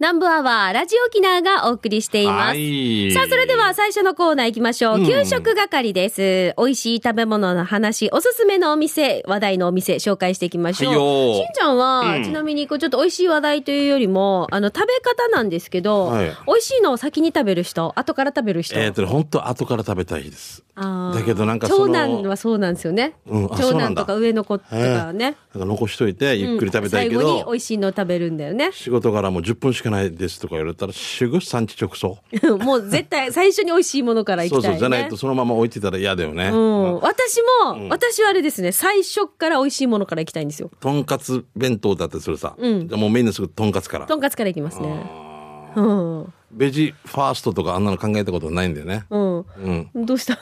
南部アワーラジオ沖縄がお送りしています。はい、さあ、それでは最初のコーナー行きましょう。給食係です。美味しい食べ物の話、おすすめのお店、話題のお店紹介していきましょう。しんちゃんは、ちなみにちょっと美味しい話題というよりも食べ方なんですけど、はい、美味しいのを先に食べる人、後から食べる人。 本当後から食べたいです。だけどなんか長男はそうなんですよね。長男とか上の子とかね。 なんか残しといてゆっくり食べたいけど、 最後に美味しいのを食べるんだよね。 仕事からもう10分しかないですとか言われたらすぐ産地直送。 もう絶対最初に美味しいものからいきたいね。 そうじゃないとそのまま置いてたら嫌だよね。 私はあれですね、最初から美味しいものからいきたいんですよ。 とんかつ弁当だってするさ。じゃもうメインのすぐとんかつから。 とんかつからいきますね。 ベジファーストとかあんなの考えたことないんだよね。 どうした？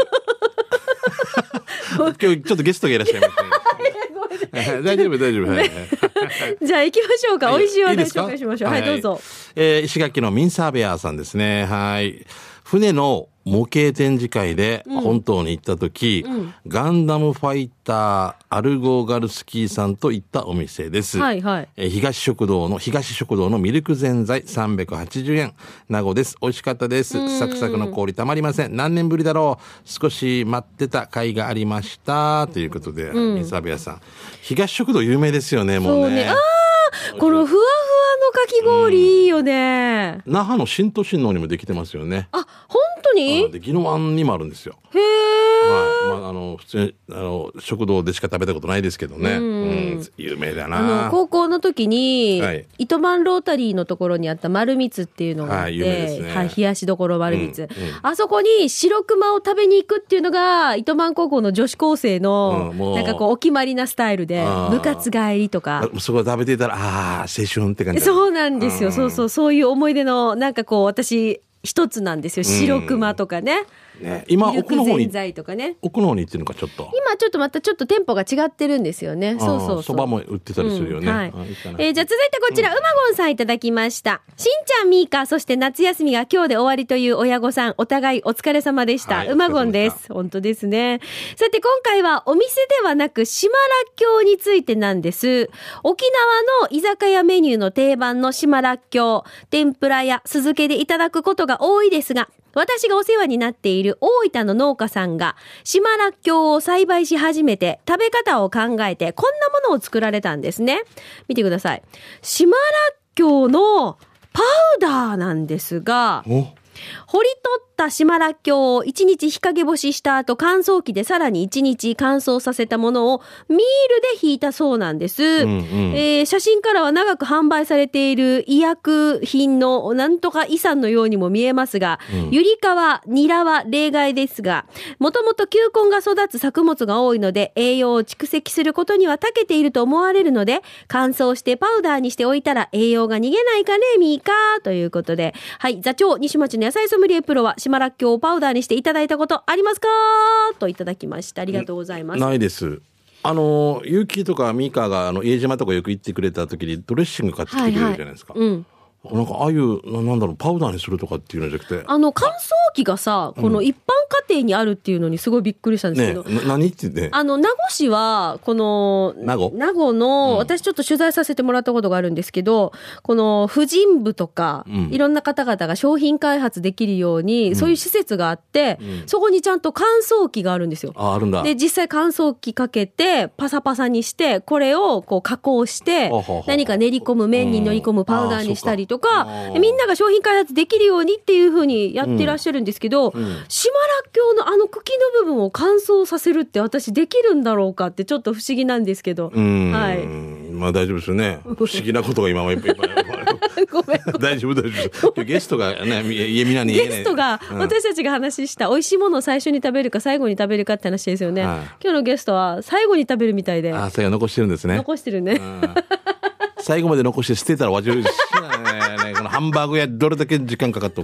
今日ちょっとゲストがいらっしゃいますね。大丈夫、はい、 じゃあ行きましょうか。美味しい話題紹介しましょう。はい、どうぞ。 石垣のミンサーベアさんですね。はい。船の模型展示会で本島に行った時、ガンダムファイターアルゴーガルスキーさんと行ったお店です。 はいはい。 東食堂のミルクぜんざい380円。名護です。美味しかったです。サクサクの氷たまりません。何年ぶりだろう。少し待ってた甲斐がありました。ということで、ミンサーベアさん。東食堂有名ですよね、もうね。 このふわふわのかき氷いいよね。 那覇の新都心のにもできてますよね。 あ、本当に？ で、宜野湾にもあるんですよ。 へー。 はい。普通に食堂でしか食べたことないですけどね。有名だな。 高校の時に、糸満ロータリーのところにあった丸蜜っていうのがあって、 有名ですね。 冷やしどころ丸蜜。あそこに白熊を食べに行くっていうのが糸満高校の女子高生のなんかこうお決まりなスタイルで、部活帰りとか。 そこ食べていたら青春って感じ。 そうなんですよ。そういう思い出のなんかこう私一つなんですよ。白熊とかね。 今奥の方にとかね、 奥の方に行ってるのかちょっと。 今ちょっとまたちょっと店舗が違ってるんですよね。そう。 そばも売ってたりするよね。 じゃあ続いてこちら、うまごんさんいただきました。しんちゃん、みーか、そして夏休みが今日で終わりという親御さん、お互いお疲れ様でした。うまごんです。本当ですね。さて今回はお店ではなく島らっきょうについてなんです。沖縄の居酒屋メニューの定番の島らっきょう、天ぷらや酢漬けでいただくことが多いですが、私がお世話になっている大分の農家さんが島らっきょうを栽培し始めて食べ方を考えてこんなものを作られたんですね。見てください。島らっきょうのパウダーなんですが、掘り取った島らっきょうを1日日陰干しした後乾燥機でさらに1日乾燥させたものをミールでひいたそうなんです。写真からは長く販売されている医薬品のなんとか遺産のようにも見えますが、ゆりかわ、ニラは例外ですが、もともと球根が育つ作物が多いので栄養を蓄積することには長けていると思われるので、乾燥してパウダーにしておいたら栄養が逃げないかね、ミーカーということで、はい、座長西町の野菜ソムリエプロは島らっきょうをパウダーにしていただいたことありますかといただきました。ありがとうございます。 ないです。ゆうきとかミカが家島とかよく行ってくれた時にドレッシング買ってきてくれるじゃないですか。なんかああいうパウダーにするとかっていうのじゃなくて、乾燥機がさ、この一般家庭にあるっていうのにすごいびっくりしたんですけど、 何ってね、 名護市はこの名護の、私ちょっと取材させてもらったことがあるんですけど、この婦人部とか、いろんな方々が商品開発できるように、そういう施設があって、そこにちゃんと乾燥機があるんですよ。 あるんだ。 で実際乾燥機かけてパサパサにしてこれをこう加工して何か練り込む麺に練り込むパウダーにしたりとか、みんなが商品開発できるようにっていう風にやってらっしゃるんですけど、島らっきょうの茎の部分を乾燥させるって私できるんだろうかってちょっと不思議なんですけど、はい。 まあ大丈夫ですよね。不思議なことが今もいっぱいごめん大丈夫ゲストがね、家みんなにゲストが私たちが話した美味しいものを最初に食べるか最後に食べるかって話ですよね。今日のゲストは最後に食べるみたいで。 最後残してるんですね。 残してるね。 最後まで残して捨てたらわじるしこのハンバーグやどれだけ時間かかった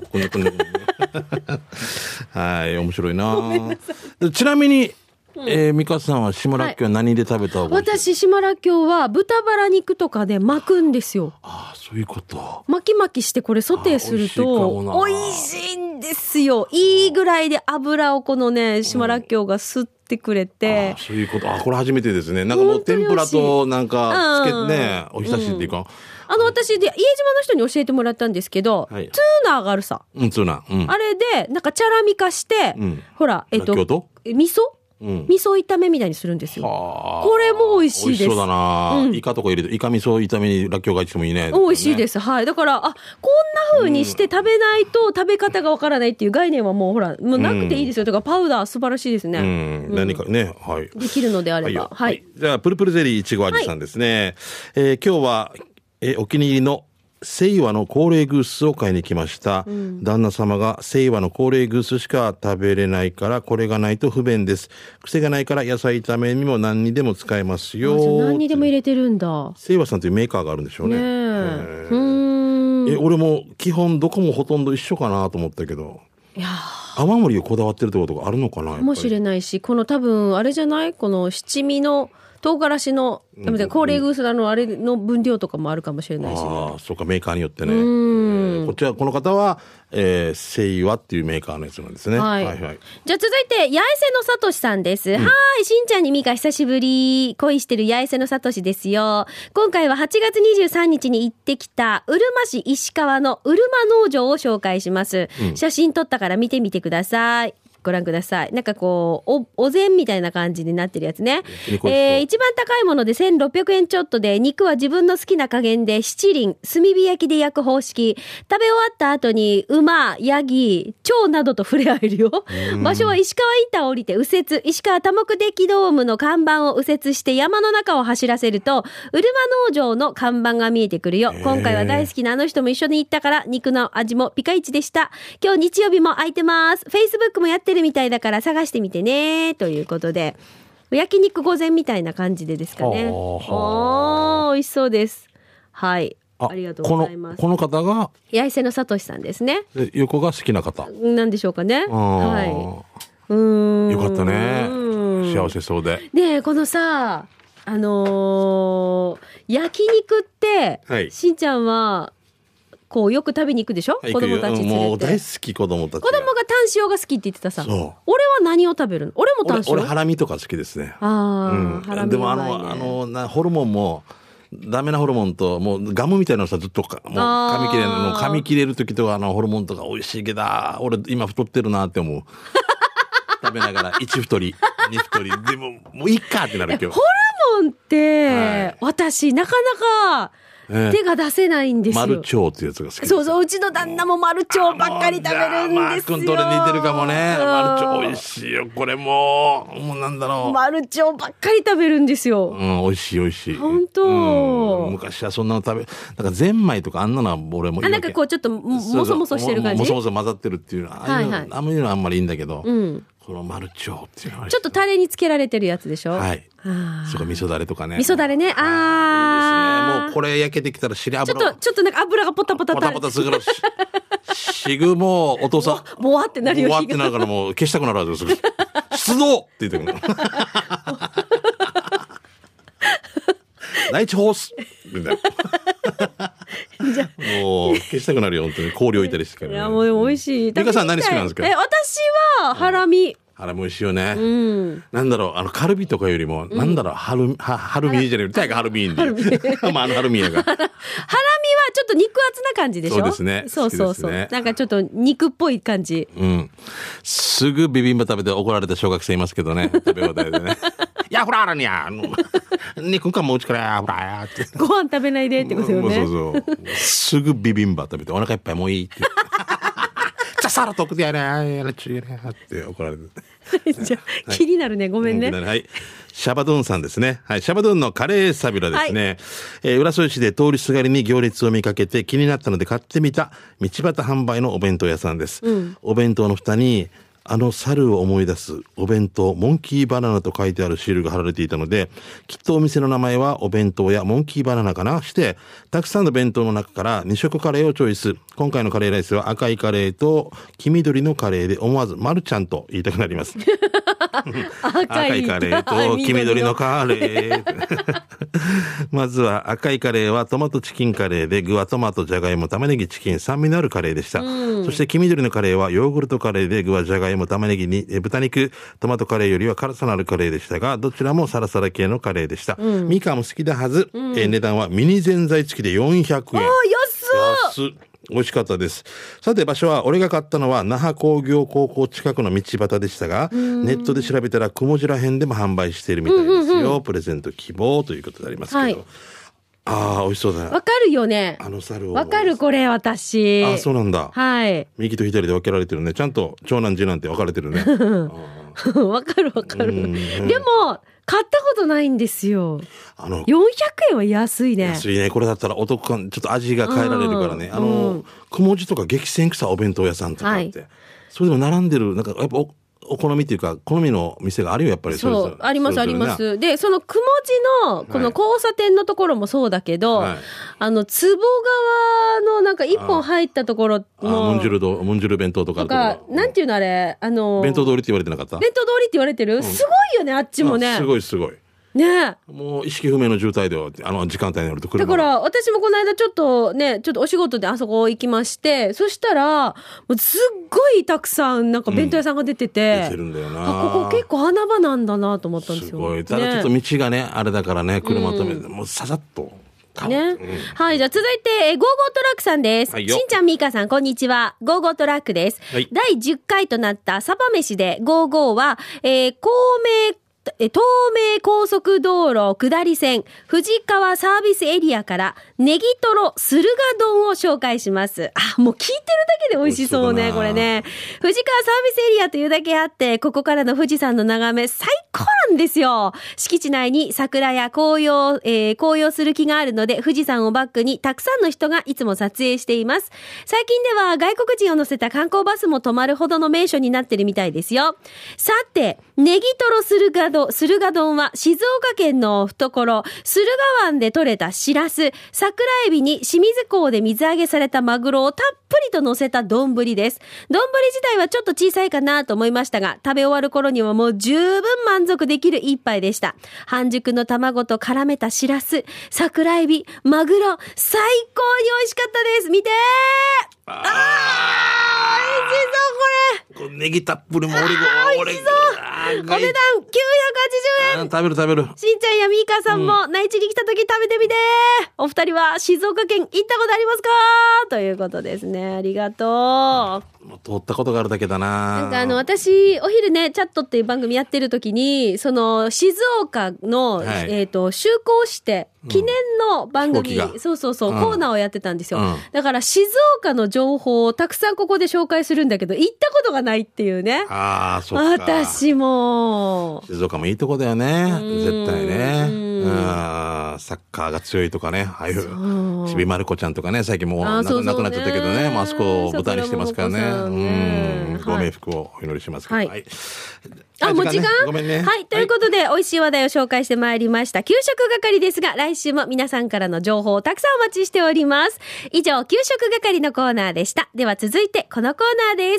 はい、面白いな。ちなみに美香さんは島らっきょうは何で食べた方がいい？ 私島らっきょうは豚バラ肉とかで巻くんですよ。 そういうこと。 巻きしてこれソテーすると美味しいんですよ。いいぐらいで油をこのね島らっきょうが吸ってくれて、 そういうこと。これ初めてですね。なんかもう天ぷらとなんかつけてね、おひたしっていうか、 私で、家島の人に教えてもらったんですけど、 はい、 ツーナーがあるさ。 ツーナー。 あれで、なんかチャラミ化して、ほら、 らっきょうと味噌味噌炒めみたいにするんですよ。これも美味しいです。 美味しそうだな、イカとか入れて、イカ味噌炒めにらっきょうが入ってもいいね。 美味しいです。はい。だから、こんな風にして食べないと食べ方がわからないっていう概念はもうほら、もうなくていいですよ。だからパウダー素晴らしいですね。 何かね、はい。 できるのであれば。はい。 じゃあ、プルプルゼリーいちご味さんですね。今日は、お気に入りのセイワの高齢グースを買いに来ました、旦那様がセイワの高齢グースしか食べれないからこれがないと不便です。癖がないから野菜炒めにも何にでも使えますよ。 何にでも入れてるんだ。 セイワさんというメーカーがあるんでしょうね。俺も基本どこもほとんど一緒かなと思ったけど、いや泡盛をこだわってるってことがあるのかな。 かもしれないし、この多分あれじゃない、この七味の唐辛子の高齢グースのあれの分量とかもあるかもしれないし、ね、 ああ、そうか、メーカーによってね。こっちは、この方は、セイワっていうメーカーのやつなんですね。 はい。はいはい。じゃあ続いて、八重瀬のさとしさんです。はい、しんちゃんにみか久しぶり。恋してる八重瀬のさとしですよ。今回は8月23日に行ってきた、うるま市石川のうるま農場を紹介します。写真撮ったから見てみてください。ご覧ください。なんかこう、お膳みたいな感じになってるやつね。一番高いもので1600円ちょっとで、肉は自分の好きな加減で七輪、炭火焼きで焼く方式。食べ終わった後に馬、ヤギ、蝶などと触れ合えるよ。場所は石川インターを降りて右折、石川多目的ドームの看板を右折して山の中を走らせると、うるま農場の看板が見えてくるよ。今回は大好きなあの人も一緒に行ったから、肉の味もピカイチでした。今日日曜日も空いてます。Facebook もやってるみたいだから探してみてねということで、焼肉御膳みたいな感じでですかね。美味しそうです。はい、ありがとうございます。 この方が八重瀬のさとしさんですね。 横が好きな方なんでしょうかね。はい。 よかったね。幸せそうで。 でこのさ、焼肉って、はい、しんちゃんはこうよく食べに行くでしょ、子供たち連れて。 もう大好き、子供たち。 子供がタン塩が好きって言ってたさ。俺は何を食べるの？俺もタン塩。 俺ハラミとか好きですね。ハラミ、でもホルモンもダメなホルモンと、もうガムみたいなのさ、ずっともう噛み切れる時とかホルモンとか美味しいけど、俺今太ってるなって思う。食べながら1太り2太りでももういいかってなるけど。ホルモンって、私なかなか手が出せないんですよ。 マルチョウってやつが好き。 そうそう、うちの旦那もマルチョウばっかり食べるんですよ。 マー君と俺似てるかもね。マルチョウ美味しいよ。これもうなんだろう。 マルチョウばっかり食べるんですよ。 美味しい美味しい。 本当。 昔はそんなのなんかゼンマイとかあんなのは俺もいいわけ。 なんかこうちょっともそもそしてる感じ。 もそもそ混ざってるっていうのは、あんまりのはあんまりいいんだけど。このマルチョウっていうのはちょっとタレにつけられてるやつでしょ。 はい。そこ味噌だれとかね。 味噌だれね。いいですね。 もうこれ焼けてきたら汁油。 ちょっとなんか油がポタポタポタポタするからしぐもお父さん。ボワってなるよ。 ボワってなるからもう消したくなるはずです。出動って言ってくる。ナイチホースみたいな。もう消したくなるよ本当に。氷置いたりしてから、ね。 いやもうでも美味しい。 美香さん何好きなんですか？ 私はハラミ。 ハラミ美味しいよね。なんだろう、カルビとかよりも、なんだろう、ハルミじゃない、タイがハルミんで。ハルミやが。ハラミはちょっと肉厚な感じでしょ。 そうですね。 そうそうそう。なんかちょっと肉っぽい感じ。 すぐビビンバ食べて怒られた小学生いますけどね。食べ放題でね。いや、ほらあらにゃ。肉かもうちからや、ほらやって。 ご飯食べないでってことよね。 そう。すぐビビンバ食べて、お腹いっぱいもういいって。じゃあサラトクでやれやれちゅうやれって怒られる。 じゃあ気になるね、ごめんね。 はい。シャバドゥンさんですね。はい。シャバドゥンのカレーサビラですね。浦添市で通りすがりに行列を見かけて気になったので買ってみた道端販売のお弁当屋さんです。お弁当の蓋に猿を思い出すお弁当モンキーバナナと書いてあるシールが貼られていたので、きっとお店の名前はお弁当やモンキーバナナかなして、たくさんの弁当の中から2色カレーをチョイス。今回のカレーライスは赤いカレーと黄緑のカレーで思わずマルちゃんと言いたくなります。 赤いカレーと黄緑のカレー。まずは赤いカレーはトマトチキンカレーで、具はトマト、じゃがいも、玉ねぎ、チキン、酸味のあるカレーでした。そして黄緑のカレーはヨーグルトカレーで、具はじゃがいも、玉ねぎに豚肉、トマトカレーよりは辛さのあるカレーでしたが、どちらもサラサラ系のカレーでした。ミカも好きなはず。値段はミニぜんざい付きで400円。安っ。美味しかったです。さて場所は、俺が買ったのは那覇工業高校近くの道端でしたが、ネットで調べたら雲白編でも販売しているみたいですよ。プレゼント希望ということでありますけど、はい、ああ美味しそうだね。 わかるよね。 猿をわかる、これ私。 あ、そうなんだ。 はい。 右と左で分けられてるね。ちゃんと長男次男って分かれてるね。 わかるわかる。でも買ったことないんですよ。400円は安いね。 安いね。これだったらお得感、ちょっと味が変えられるからね。くもじとか激戦草お弁当屋さんとかって、はい、それでも並んでる、なんかやっぱお好みっていうか好みの店があるよ、やっぱり。 そうありますあります。でそのくもじのこの交差点のところもそうだけど、はい、坪川のなんか一本入ったところのムンジュル弁当とかあるところ、 なんていうのあれ、 弁当通りって言われてなかった？ 弁当通りって言われてる、すごいよね、あっちもね。 すごいすごいね、 もう意識不明の渋滞で時間帯になると来る。 だから私もこの間ちょっとお仕事であそこ行きまして、そしたらもうすっごいたくさんなんか弁当屋さんが出てて、 出てるんだよな。 ここ結構穴場なんだなと思ったんですよ。 すごい。ただちょっと道がね、あれだからね、車止めて、もうささっとね、はい。じゃあ続いてゴーゴートラックさんです。しんちゃん、みーかさん、こんにちは。ゴーゴートラックです。第10回となったサバ飯でゴーゴーは、東名高速道路下り線藤川サービスエリアからネギトロ駿河丼を紹介します。もう聞いてるだけで美味しそうね、これね。藤川サービスエリアというだけあって、ここからの富士山の眺め最高なんですよ。敷地内に桜や紅葉する木があるので、富士山をバックにたくさんの人がいつも撮影しています。最近では外国人を乗せた観光バスも止まるほどの名所になってるみたいですよ。さて、ネギトロ駿河丼は静岡県の懐駿河湾で採れたしらす、桜エビに清水港で水揚げされたマグロをたっぷりと乗せた丼です。丼自体はちょっと小さいかなと思いましたが、食べ終わる頃にはもう十分満足できる一杯でした。半熟の卵と絡めたしらす、桜エビ、マグロ、最高に美味しかったです。見てー、美味しそうこれ。 ネギたっぷりも美味しそう。お値段980円。 食べる。 しんちゃんやみーかさんも内地に来た時食べてみて。お二人は静岡県行ったことありますか？ということですね。ありがとう。 通ったことがあるだけだな。 なんか私お昼ね、チャットっていう番組やってる時に、その静岡の、就航して記念の番組、そう、コーナーをやってたんですよ。だから静岡の情報をたくさんここで紹介するんだけど、行ったことがないっていうね。 そっか。 私も。 静岡もいいとこだよね。絶対ね。サッカーが強いとかね。ああいうちびまる子ちゃんとかね、最近もう亡くなっちゃったけどね。あそこを舞台にしてますからね。ご冥福をお祈りしますけど。はい。 もう時間？ ごめんね。 はい。ということで、美味しい話題を紹介してまいりました。給食係ですが、来週も皆さんからの情報をたくさんお待ちしております。以上、給食係のコーナーでした。では続いて、このコーナーです。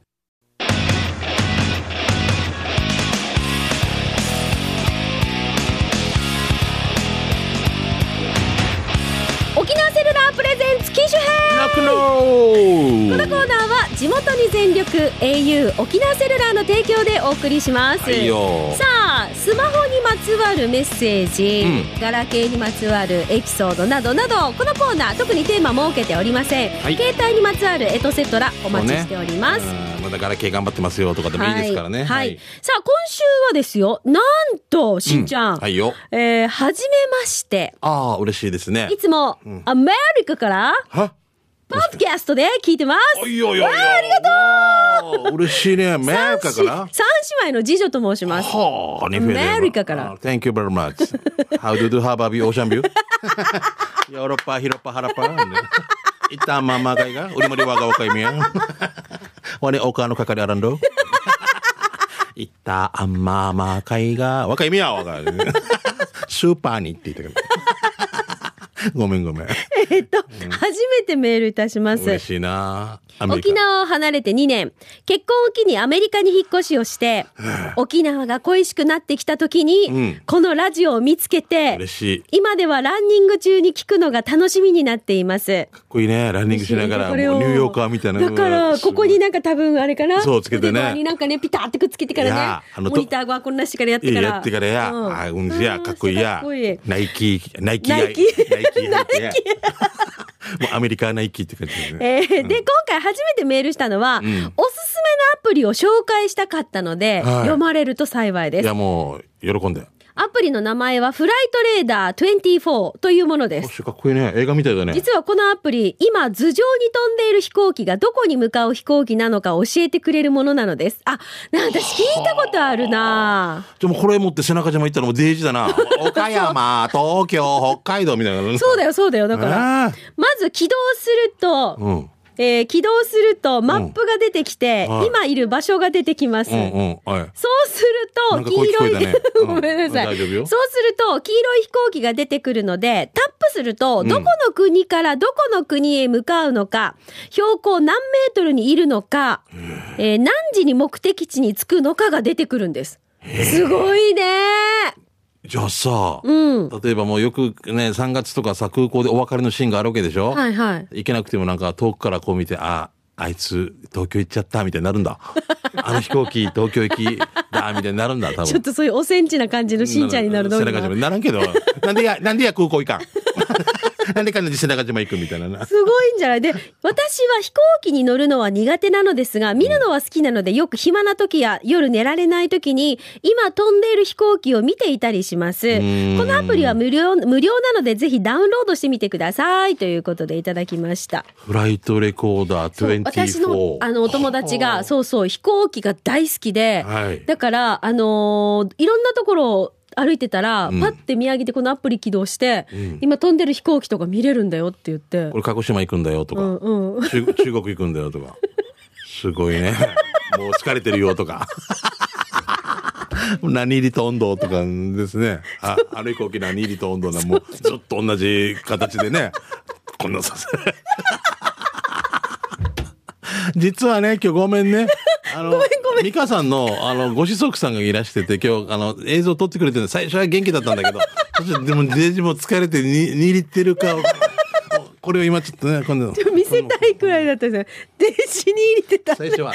沖縄セルラープレゼンツ機種編。このコーナーは地元に全力 au 沖縄セルラーの提供でお送りします。さあ、スマホにまつわるメッセージ、ガラケーにまつわるエピソードなどなど、このコーナー特にテーマ設けておりません。携帯にまつわるエトセトラお待ちしております。 まだガラケー頑張ってますよとかでもいいですからね。 さあ、今週はですよ、なんとしんちゃん、はじめまして。 嬉しいですね。 いつもアメリカからポッドキャストで聞いてます。ありがとう。 嬉しいね。アメリカから。 三姉妹の次女と申します。アメリカから。 Thank you very much. How do you have a view? Ocean view? ヨーロッパ、ヒロッパ、ハラッパ。一旦ママがいが、売り盛りわがわかいみや。わね、おかのかかりあらんど。一旦ママがいが、わかいみやわが。スーパーに行っていたけど。ごめん。 初めてメールいたします。 嬉しいな。アメリカ沖縄を離れて2年、結婚を機にアメリカに引っ越しをして、沖縄が恋しくなってきた時に、このラジオを見つけて、 嬉しい。 今ではランニング中に聞くのが楽しみになっています。 かっこいいね。ランニングしながら、もうニューヨーカーみたいな。 だから、ここになんか多分あれかな。 そうつけてね。 腕になんかね、ピタってくっつけてからね。モニターがこんなしてからやってから。 やってからや。あ、うんじゃ、かっこいいや。ナイキ。もうアメリカナイキって感じですね。 で、今回初めてメールしたのは、おすすめのアプリを紹介したかったので、読まれると幸いです。 いや、もう、喜んで。 アプリの名前はフライトレーダー24というものです。 かっこいいね。映画みたいだね。 実はこのアプリ、今頭上に飛んでいる飛行機がどこに向かう飛行機なのか教えてくれるものなのです。あ、私聞いたことあるな。 でもこれ持って背中島行ったらもうデージだな。岡山、東京、北海道みたいな。 そうだよ、そうだよ。だから、まず起動すると、起動するとマップが出てきて、今いる場所が出てきます。そうすると黄色い、ごめんなさい。そうすると黄色い飛行機が出てくるので、タップするとどこの国からどこの国へ向かうのか、標高何メートルにいるのか、何時に目的地に着くのかが出てくるんです。すごいね。 じゃあさ、例えばもうよくね、3月とかさ、空港でお別れのシーンがあるわけでしょ。はいはい。行けなくてもなんか遠くからこう見て、あいつ東京行っちゃったみたいになるんだ。あの飛行機東京行きだみたいになるんだ、多分。 ちょっとそういうおセンチな感じのしんちゃんになるのにならんけど、なんでや空港行かん。なんでかんで背中島行くみたいなな。 すごいんじゃない。で、私は飛行機に乗るのは苦手なのですが、見るのは好きなので、よく暇な時や夜寝られない時に、今飛んでいる飛行機を見ていたりします。このアプリは無料なので、ぜひダウンロードしてみてください。ということでいただきました。 フライトレコーダー24。 私のお友達が、そう飛行機が大好きで、だから、いろんなところを歩いてたら、パッて見上げてこのアプリ起動して、今飛んでる飛行機とか見れるんだよって言って。 俺鹿児島行くんだよとか、中国行くんだよとか。すごいね。もう疲れてるよとか。何入りと温度とかですね。あの飛行機何入りと温度な、もうずっと同じ形でね。こんなさせ。実はね、今日ごめんね。美香さんの、ご子息さんがいらしてて、今日、映像撮ってくれてるの、最初は元気だったんだけど、でも、デージも疲れて握ってるか、これを今ちょっとね、今度。 見せたいくらいだったんですよ。デージに握ってた。 最初は。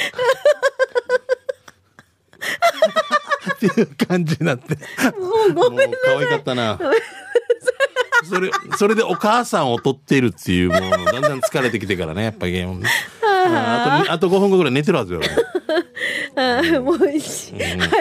っていう感じになって。 もうごめんなさい。 可愛かったな。それでお母さんを撮っているっていう、もう、だんだん疲れてきてからね、やっぱりゲーム。あと5分後ぐらい寝てるはずよ。 もうはい、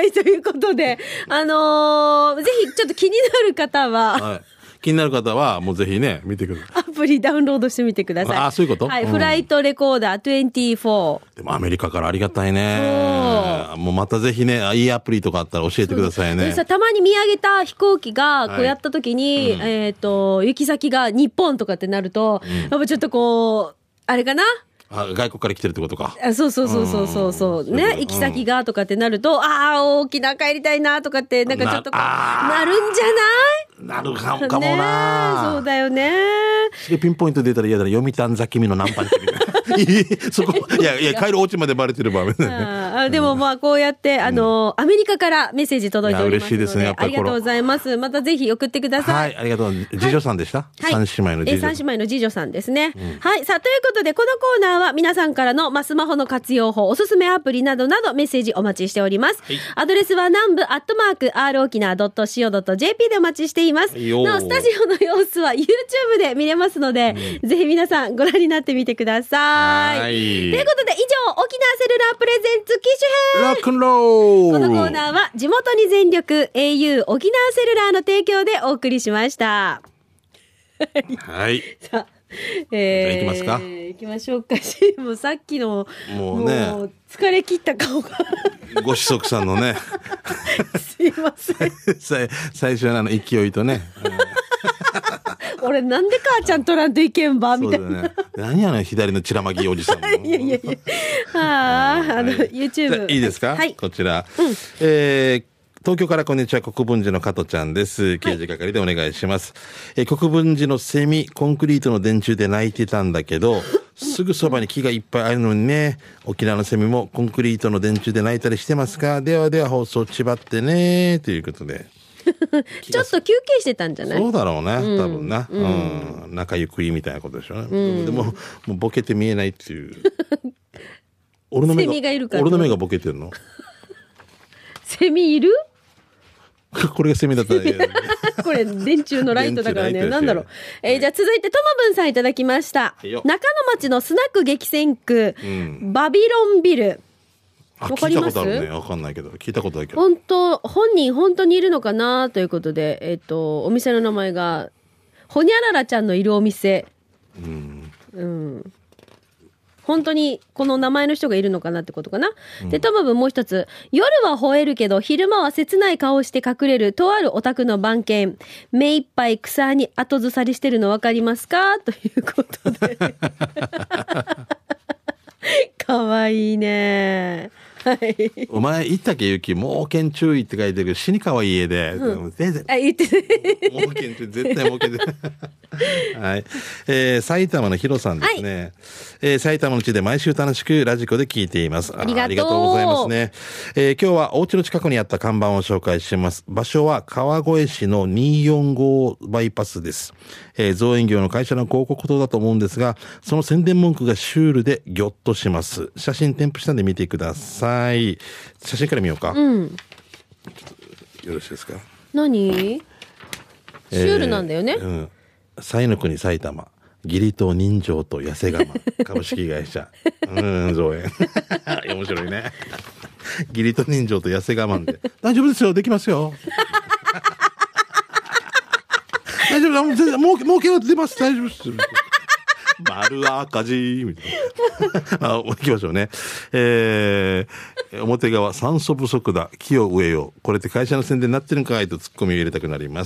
ということで、ぜひちょっと気になる方は、 気になる方はもうぜひね見てください。 アプリダウンロードしてみてください。 あ、そういうこと。 はい、フライトレコーダー24。 でもアメリカからありがたいね。もうまたぜひね、いいアプリとかあったら教えてくださいね。 たまに見上げた飛行機がこうやった時に、行き先が日本とかってなると、やっぱちょっとこうあれかな。 外国から来てるってことか。 そうね、行き先がとかってなると、沖縄帰りたいなとかってなんかちょっとなるんじゃない？なるかもな。 そうだよね。 でピンポイント出たら嫌だな、読谷座君のナンパにそこいや帰るお家までバレてる場面でもまあこうやってアメリカからメッセージ届いておりますので、 嬉しいですね。やっぱりありがとうございます。またぜひ送ってください。 はい、ありがとう。次女さんでした。三姉妹の次女。 三姉妹の次女さんですね。はい、さあということでこのコーナーは皆さんからのスマホの活用法、おすすめアプリなどなどメッセージお待ちしております。アドレスは南部@r沖縄 .co.jp でお待ちしています。なおスタジオの様子は YouTube で見れますので、ぜひ皆さんご覧になってみてください。ということで以上、沖縄セルラープレゼンツ機種編ロックンロール。 このコーナーは地元に全力 au 沖縄セルラーの提供でお送りしました。 はい。 さあ行きますか。 行きましょうか。もうさっきのもうね、 疲れ切った顔がご子息さんのねすいません最初の勢いとね俺なんで母ちゃん取らんといけんばみたいな、 何やねん左のチラマギおじさんいやYouTube いいですか、はい、こちら、 東京からこんにちは、国分寺の加藤ちゃんです。刑事係でお願いします。国分寺のセミ、コンクリートの電柱で鳴いてたんだけど、すぐそばに木がいっぱいあるのにね、沖縄のセミもコンクリートの電柱で鳴いたりしてますか？ではでは放送ちばってね、ということで。 ちょっと休憩してたんじゃない？ そうだろうね、多分な。仲ゆくいみたいなことでしょうね。でも、もうボケて見えないっていう。俺のセミがいるから。 俺の目がボケてるの？ セミいる？ これがセミだったらいいこれ電柱のライトだからね。なんだろう。じゃあ続いてともぶんさんいただきました。中野町のスナック激戦区、バビロンビル。わかります？聞いたことあるね。わかんないけど、聞いたことあるけど。本当にいるのかなということで、お店の名前がホニャララちゃんのいるお店。本当にこの名前の人がいるのかなってことかな。で、ともぶんもう一つ。夜は吠えるけど、昼間は切ない顔をして隠れる、とあるお宅の番犬。目いっぱい草に後ずさりしてるの分かりますか？ということで。かわいいね。はい。 お前言ったっけ、ゆき、猛犬注意って書いてるけど、死にかわいい家で。全然。 言って猛犬って絶対猛犬で。はい。埼玉のヒロさんですね。埼玉の地で毎週楽しくラジコで聞いています。 ありがとうございますね。今日はお家の近くにあった看板を紹介します。場所は川越市の245バイパスです。造園業の会社の広告塔だと思うんですが、その宣伝文句がシュールでギョッとします。写真添付したんで見てください。写真から見ようか。よろしいですか。 何？シュールなんだよね。 彩の国埼玉。義理と人情と痩せ我慢株式会社造園面白いね。義理と人情と痩せ我慢で大丈夫ですよ、できますよ。大丈夫だ、もうけは出ます、大丈夫です。丸赤字みたいな。行きましょうね。表側、酸素不足だ、木を植えよう。これって会社の宣伝になってるんかいとツッコミを入れたくなります。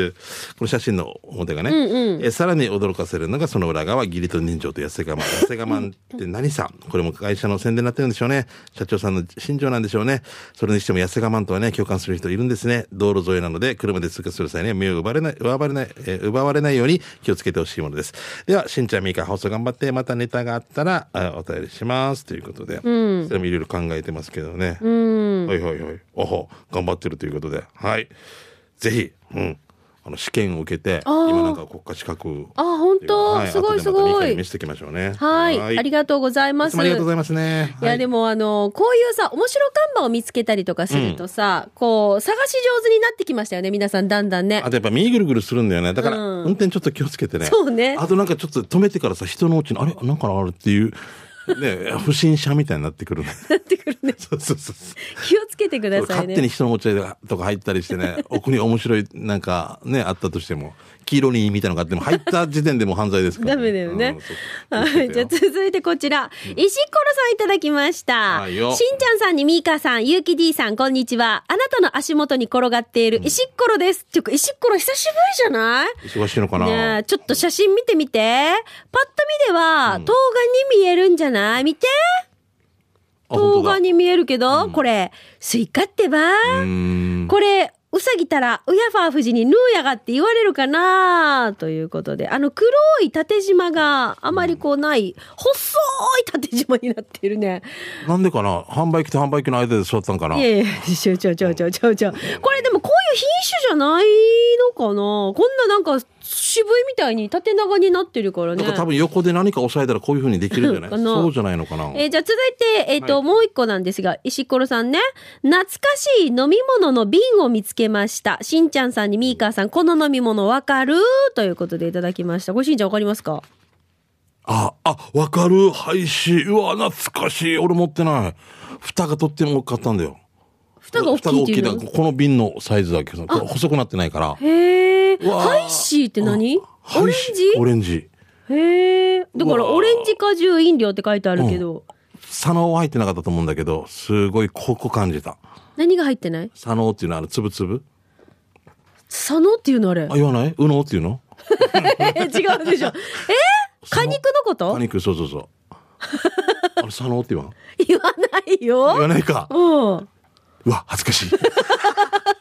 この写真の表がね。さらに驚かせるのがその裏側、義理と人情と痩せ我慢。痩せ我慢って何さ？これも会社の宣伝になってるんでしょうね。社長さんの心情なんでしょうね。それにしても痩せ我慢とはね、共感する人いるんですね。道路沿いなので、車で通過する際には目を奪われないように気をつけてほしいものです。では、しんちゃんみーか放送頑張って、またネタがあったらお便りしますということで、それもいろいろ考えてますけどね。はいはいはい。頑張ってるということで、はい。ぜひ、試験を受けて、今なんか国家資格。 本当、すごいすごい。 見せていきましょうね。 はい。ありがとうございます。 ありがとうございますね。 いや、でもこういうさ、面白看板を見つけたりとかするとさ、こう、探し上手になってきましたよね、皆さん、だんだんね。 あとやっぱ右ぐるぐるするんだよね。だから、運転ちょっと気をつけてね。 そうね。 あとなんかちょっと止めてからさ、人のうちに、あれなんかあるっていう、ね、不審者みたいになってくるね。 なってくるね。 そう。 気をつけてくださいね。 勝手に人の持ち合いとか入ったりしてね、奥に面白いなんかね、あったとしても、黄色にみたいなのがあっても、入った時点でも犯罪ですから、 ダメだよね。はい。じゃあ続いてこちら、石ころさんいただきました。しんちゃんさんにみーかさん、ゆうき D さん、こんにちは。あなたの足元に転がっている石ころです。っていうか、石ころ久しぶりじゃない？ 忙しいのかな？ ねえ、ちょっと写真見てみて。パッと見では、冬瓜に見えるんじゃない？見て。冬瓜に見えるけど、これ、スイカってば。これ、うさぎたら、うやファー富士にヌーヤがって言われるかなということで、黒い縦縞があまりこうない、細い縦縞になっているね。 なんでかな？販売機と販売機の間で座ったんかな？ いやいや、ちょ。これでもこういう品種じゃないのかな？こんななんか渋いみたいに縦長になってるからね。 だから多分横で何か押さえたらこういう風にできるんじゃない？そうじゃないのかな？ じゃあ続いて、もう一個なんですが、石ころさんね、懐かしい飲み物の瓶を見つけました。しんちゃんさんにみーかーさん、この飲み物わかる？ということでいただきました。これしんちゃんわかりますか？ わかる。廃止。うわ、懐かしい。俺持ってない。蓋がとっても大きかったんだよ。 蓋が大きいっていうの？ この瓶のサイズだけど、細くなってないから。 へー。ハイシーって何？ オレンジ。 へー。だからオレンジ果汁飲料って書いてあるけど。 サノーは入ってなかったと思うんだけど、すごい濃く感じた。 何が入ってない？ サノーっていうのはつぶつぶ。 サノーっていうのあれ？ 言わない？うのっていうの？ 違うでしょ。果肉のこと？ 果肉、そう。あれ、サノーって言わん？ 言わないよ。 言わないか。 うわ、恥ずかしい。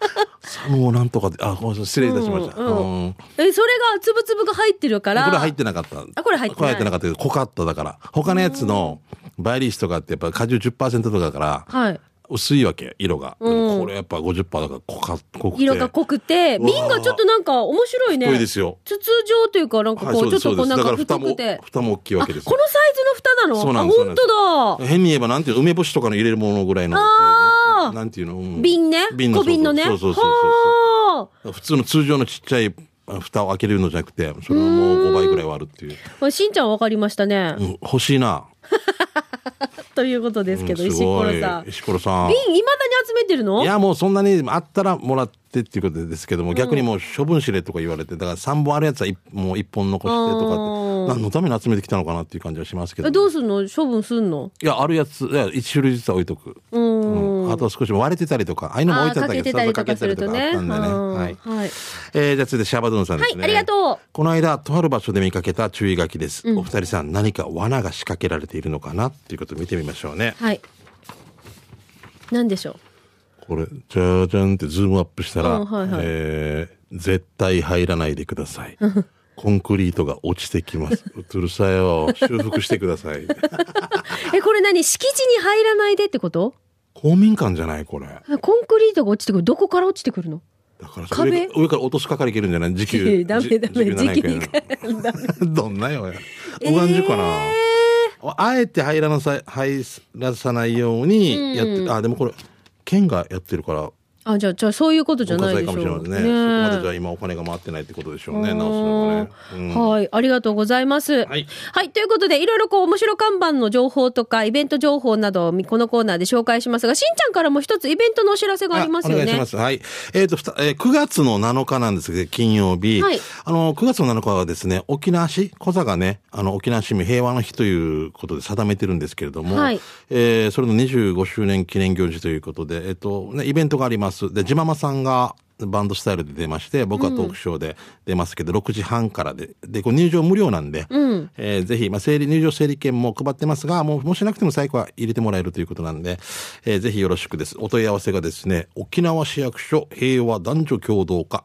もうなんとかで、失礼いたしました。 それがつぶつぶが入ってるから。 これ入ってなかった。 これ入ってない。 これ入ってなかったけど、濃かっただから。他のやつのバイリースとかってやっぱ果汁 10% とかだから、はい。薄いわけ、色が。これやっぱ 50% だから濃くて。 色が濃くて、瓶がちょっとなんか面白いね。 太いですよ。 筒状というか、なんかこう、ちょっとこうなんか太くて。 蓋も大きいわけですよ。 このサイズの蓋なの？ そうなんです。 本当だ。 変に言えばなんていうの、梅干しとかの入れるものぐらいの。なんていうの？ 瓶ね。小瓶のね。 そう。普通の通常のちっちゃい蓋を開けるのじゃなくて、それはもう5倍ぐらいはあるっていう。 しんちゃんわかりましたね。 欲しいな。 ということですけど、石ころさん。瓶、未だに集めてるの？ いや、もうそんなにあったらもらってっていうことですけども、逆にもう処分しれとか言われて、だから3本あるやつはもう1本残してとかって、何のために集めてきたのかなっていう感じはしますけど、ね。 どうすんの？処分すんの？ いや、あるやつ、1種類ずつ置いとく。あと少し割れてたりとか、ああいうのも置いてたりとか、かけたりとかあったんでね。はい。じゃあ続いてシャバドゥンさんですね。 はい、ありがとう。 この間、とある場所で見かけた注意書きです。お二人さん、何か罠が仕掛けられているのかなっていうことを見てみましょうね。はい。 何でしょう？ これ、じゃじゃんってズームアップしたら、絶対入らないでください。コンクリートが落ちてきます。うるさいよ。修復してください。 これ何？敷地に入らないでってこと？ 公民館じゃないこれ。 コンクリートが落ちてくる。どこから落ちてくるの？だから上から落とす係いけるんじゃない？時給。 ダメ。時給どんなよ。おがんじゅかな。あえて入らさないようにやって、でもこれ、県がやってるから。 じゃあそういうことじゃないでしょう。 かもしれないですね。そこまでじゃあ今お金が回ってないってことでしょうね。直すのがね。 はい、ありがとうございます。はい、ということでいろいろ面白看板の情報とかイベント情報などをこのコーナーで紹介しますが、しんちゃんからも一つイベントのお知らせがありますよね。 お願いします。はい。9月の7日なんですけど、金曜日。はい。9月の7日はですね、沖縄市、コザがね、沖縄市民平和の日ということで定めてるんですけれども、はい。それの25周年記念行事ということで、イベントがあります。で、ジママさんがバンドスタイルで出まして、僕はトークショーで出ますけど、6時半からで、これ入場無料なんで、ぜひ、入場整理券も配ってますが、もしなくても最後は入れてもらえるということなんで、ぜひよろしくです。お問い合わせがですね、沖縄市役所平和男女共同課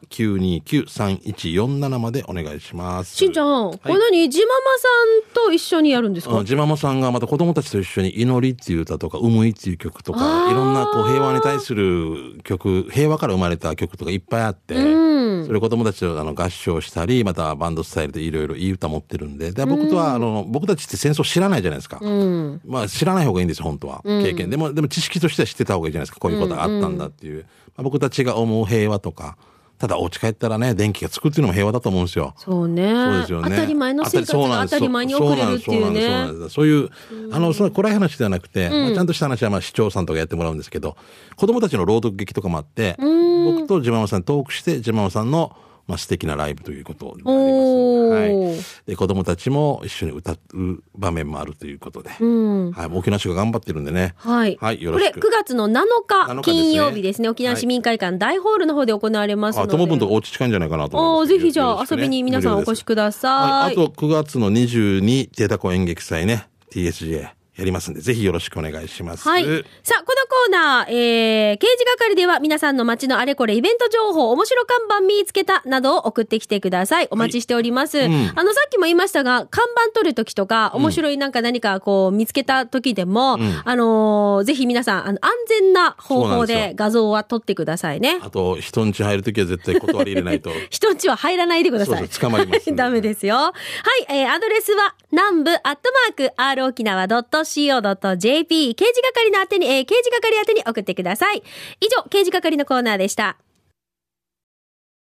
929-3147 までお願いします。 しんちゃん、これ何？ジママさんと一緒にやるんですか？ ジママさんがまた子供たちと一緒に祈りっていう歌とか、うむいっていう曲とか、いろんな平和に対する曲、平和から生まれた曲とかいっぱいあって、それ子供たちと合唱したり、またバンドスタイルでいろいろいい歌持ってるんで、僕たちって戦争知らないじゃないですか。知らない方がいいんですよ、本当は。経験。でも知識としては知ってた方がいいじゃないですか。こういうことがあったんだっていう。僕たちが思う平和とか、ただお家帰ったらね、電気がつくっていうのも平和だと思うんですよ。 そうね。そうですよね。当たり前の生活が当たり前に送れるっていうね。 そういう、暗い話ではなくて、ちゃんとした話は市長さんとかやってもらうんですけど、子供たちの朗読劇とかもあって、僕とジママさんトークして、ジママさんの素敵なライブということになります。はい。で、子供たちも一緒に歌う場面もあるということで。はい。沖縄市が頑張ってるんでね。はい。はい。よろしく。 これ9月の7日金曜日ですね。沖縄市民会館大ホールの方で行われますので。 友分とお家近いんじゃないかなと思います。 ぜひじゃあ遊びに皆さんお越しください。 あと9月の22テータコ演劇祭ね。TSJ。やりますんで、ぜひよろしくお願いします。 はい。さあ、このコーナー、刑事係では皆さんの街のあれこれイベント情報、面白看板見つけたなどを送ってきてください。お待ちしております。さっきも言いましたが、看板撮るときとか、面白い何か見つけたときでも、ぜひ皆さん、安全な方法で画像は撮ってくださいね。 あと、人ん家入るときは絶対断り入れないと。 人ん家は入らないでください。 捕まります。 ダメですよ。はい、アドレスは、南部@r沖縄.co.jp 刑事係の宛てに、刑事係宛てに送ってください。以上、刑事係のコーナーでした。